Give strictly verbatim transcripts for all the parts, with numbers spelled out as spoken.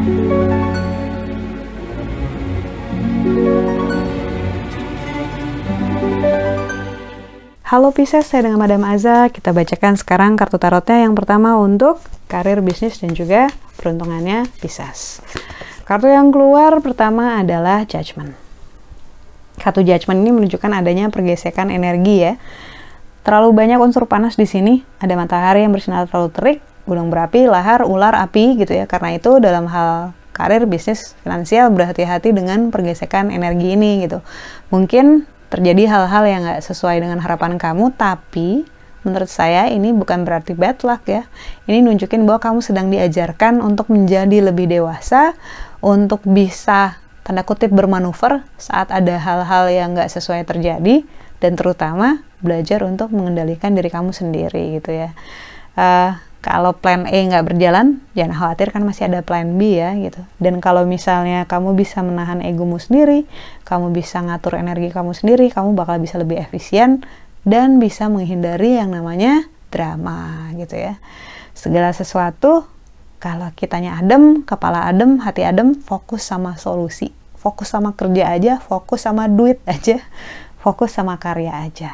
Halo Pisces, saya dengan Madam Aza. Kita bacakan sekarang kartu tarotnya. Yang pertama untuk karir, bisnis, dan juga peruntungannya Pisces. Kartu yang keluar pertama adalah Judgment. Kartu Judgment ini menunjukkan adanya pergesekan energi ya. Terlalu banyak unsur panas di sini. Ada matahari yang bersinar terlalu terik, gunung berapi, lahar, ular, api gitu ya. Karena itu dalam hal karir, bisnis, finansial berhati-hati dengan pergesekan energi ini gitu. Mungkin terjadi hal-hal yang nggak sesuai dengan harapan kamu, tapi menurut saya ini bukan berarti bad luck ya. Ini nunjukin bahwa kamu sedang diajarkan untuk menjadi lebih dewasa, untuk bisa tanda kutip bermanuver saat ada hal-hal yang nggak sesuai terjadi, dan terutama belajar untuk mengendalikan diri kamu sendiri gitu ya. Uh, Kalau plan A nggak berjalan, jangan khawatir kan masih ada plan B ya gitu. Dan kalau misalnya kamu bisa menahan egomu sendiri, kamu bisa ngatur energi kamu sendiri, kamu bakal bisa lebih efisien dan bisa menghindari yang namanya drama gitu ya. Segala sesuatu, kalau kitanya adem, kepala adem, hati adem, fokus sama solusi. Fokus sama kerja aja, fokus sama duit aja, fokus sama karya aja.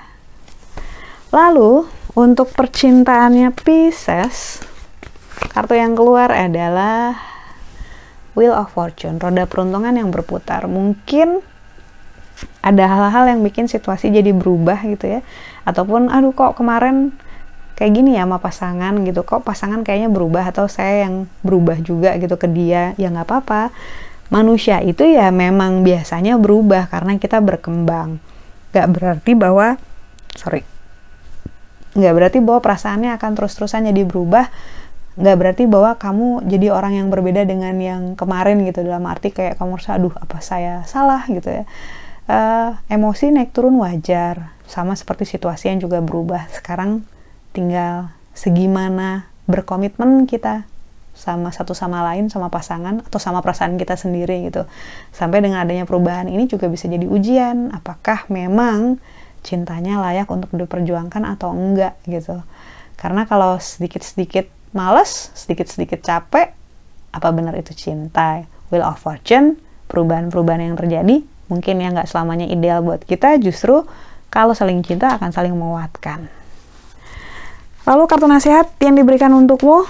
Lalu, untuk percintaannya Pisces, kartu yang keluar adalah Wheel of Fortune, roda peruntungan yang berputar. Mungkin ada hal-hal yang bikin situasi jadi berubah gitu ya. Ataupun, aduh kok kemarin kayak gini ya sama pasangan gitu, kok pasangan kayaknya berubah, atau saya yang berubah juga gitu ke dia. Ya nggak apa-apa, manusia itu ya memang biasanya berubah karena kita berkembang. Nggak berarti bahwa, sorry, nggak berarti bahwa perasaannya akan terus-terusan jadi berubah, nggak berarti bahwa kamu jadi orang yang berbeda dengan yang kemarin gitu, dalam arti kayak kamu merasa, aduh apa saya salah gitu ya. Uh, emosi naik turun wajar, sama seperti situasi yang juga berubah. Sekarang tinggal segimana berkomitmen kita sama satu sama lain, sama pasangan, atau sama perasaan kita sendiri gitu. Sampai dengan adanya perubahan ini juga bisa jadi ujian, apakah memang cintanya layak untuk diperjuangkan atau enggak gitu. Karena kalau sedikit-sedikit males, sedikit-sedikit capek, apa benar itu cinta? Wheel of Fortune, perubahan-perubahan yang terjadi, mungkin yang nggak selamanya ideal buat kita, justru kalau saling cinta akan saling menguatkan. Lalu kartu nasihat yang diberikan untukmu,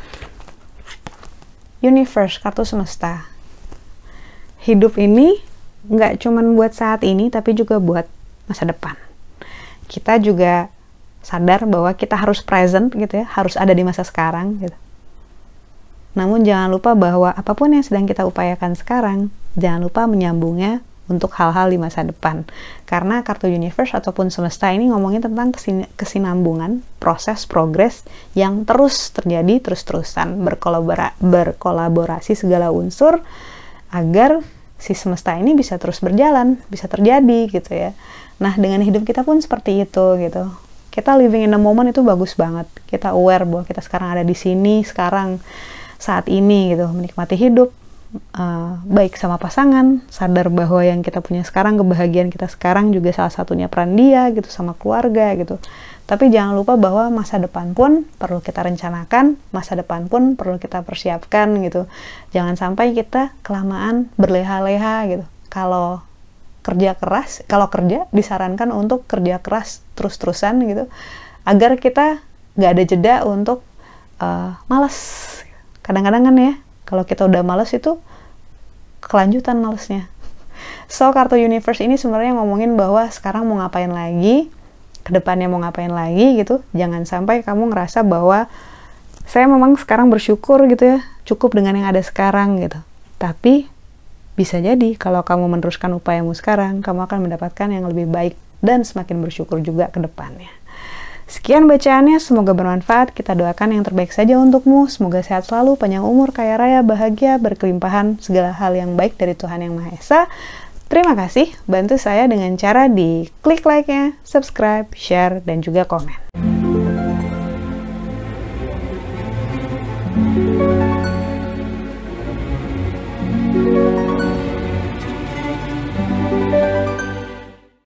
Universe, kartu semesta. Hidup ini nggak cuman buat saat ini, tapi juga buat masa depan. Kita juga sadar bahwa kita harus present gitu ya, harus ada di masa sekarang gitu. Namun jangan lupa bahwa apapun yang sedang kita upayakan sekarang, jangan lupa menyambungnya untuk hal-hal di masa depan. Karena kartu Universe ataupun semesta ini ngomongin tentang kesin kesinambungan, proses, progres yang terus terjadi, terus-terusan, berkolabora berkolaborasi segala unsur agar si semesta ini bisa terus berjalan, bisa terjadi gitu ya. Nah, dengan hidup kita pun seperti itu gitu. Kita living in the moment itu bagus banget. Kita aware bahwa kita sekarang ada di sini, sekarang, saat ini gitu, menikmati hidup, uh, baik sama pasangan, sadar bahwa yang kita punya sekarang, kebahagiaan kita sekarang juga salah satunya peran dia gitu, sama keluarga gitu. Tapi jangan lupa bahwa masa depan pun perlu kita rencanakan, masa depan pun perlu kita persiapkan gitu. Jangan sampai kita kelamaan berleha-leha gitu. Kalau kerja keras, kalau kerja disarankan untuk kerja keras terus-terusan gitu, agar kita nggak ada jeda untuk uh, malas. Kadang-kadang kan ya, kalau kita udah malas itu kelanjutan malesnya. So, kartu Universe ini sebenarnya ngomongin bahwa sekarang mau ngapain lagi, kedepannya mau ngapain lagi gitu. Jangan sampai kamu ngerasa bahwa saya memang sekarang bersyukur gitu ya, cukup dengan yang ada sekarang gitu. Tapi bisa jadi kalau kamu meneruskan upayamu sekarang, kamu akan mendapatkan yang lebih baik dan semakin bersyukur juga ke depannya. Sekian bacaannya, semoga bermanfaat. Kita doakan yang terbaik saja untukmu. Semoga sehat selalu, panjang umur, kaya raya, bahagia, berkelimpahan, segala hal yang baik dari Tuhan Yang Maha Esa. Terima kasih, bantu saya dengan cara di klik like-nya, subscribe, share, dan juga komen.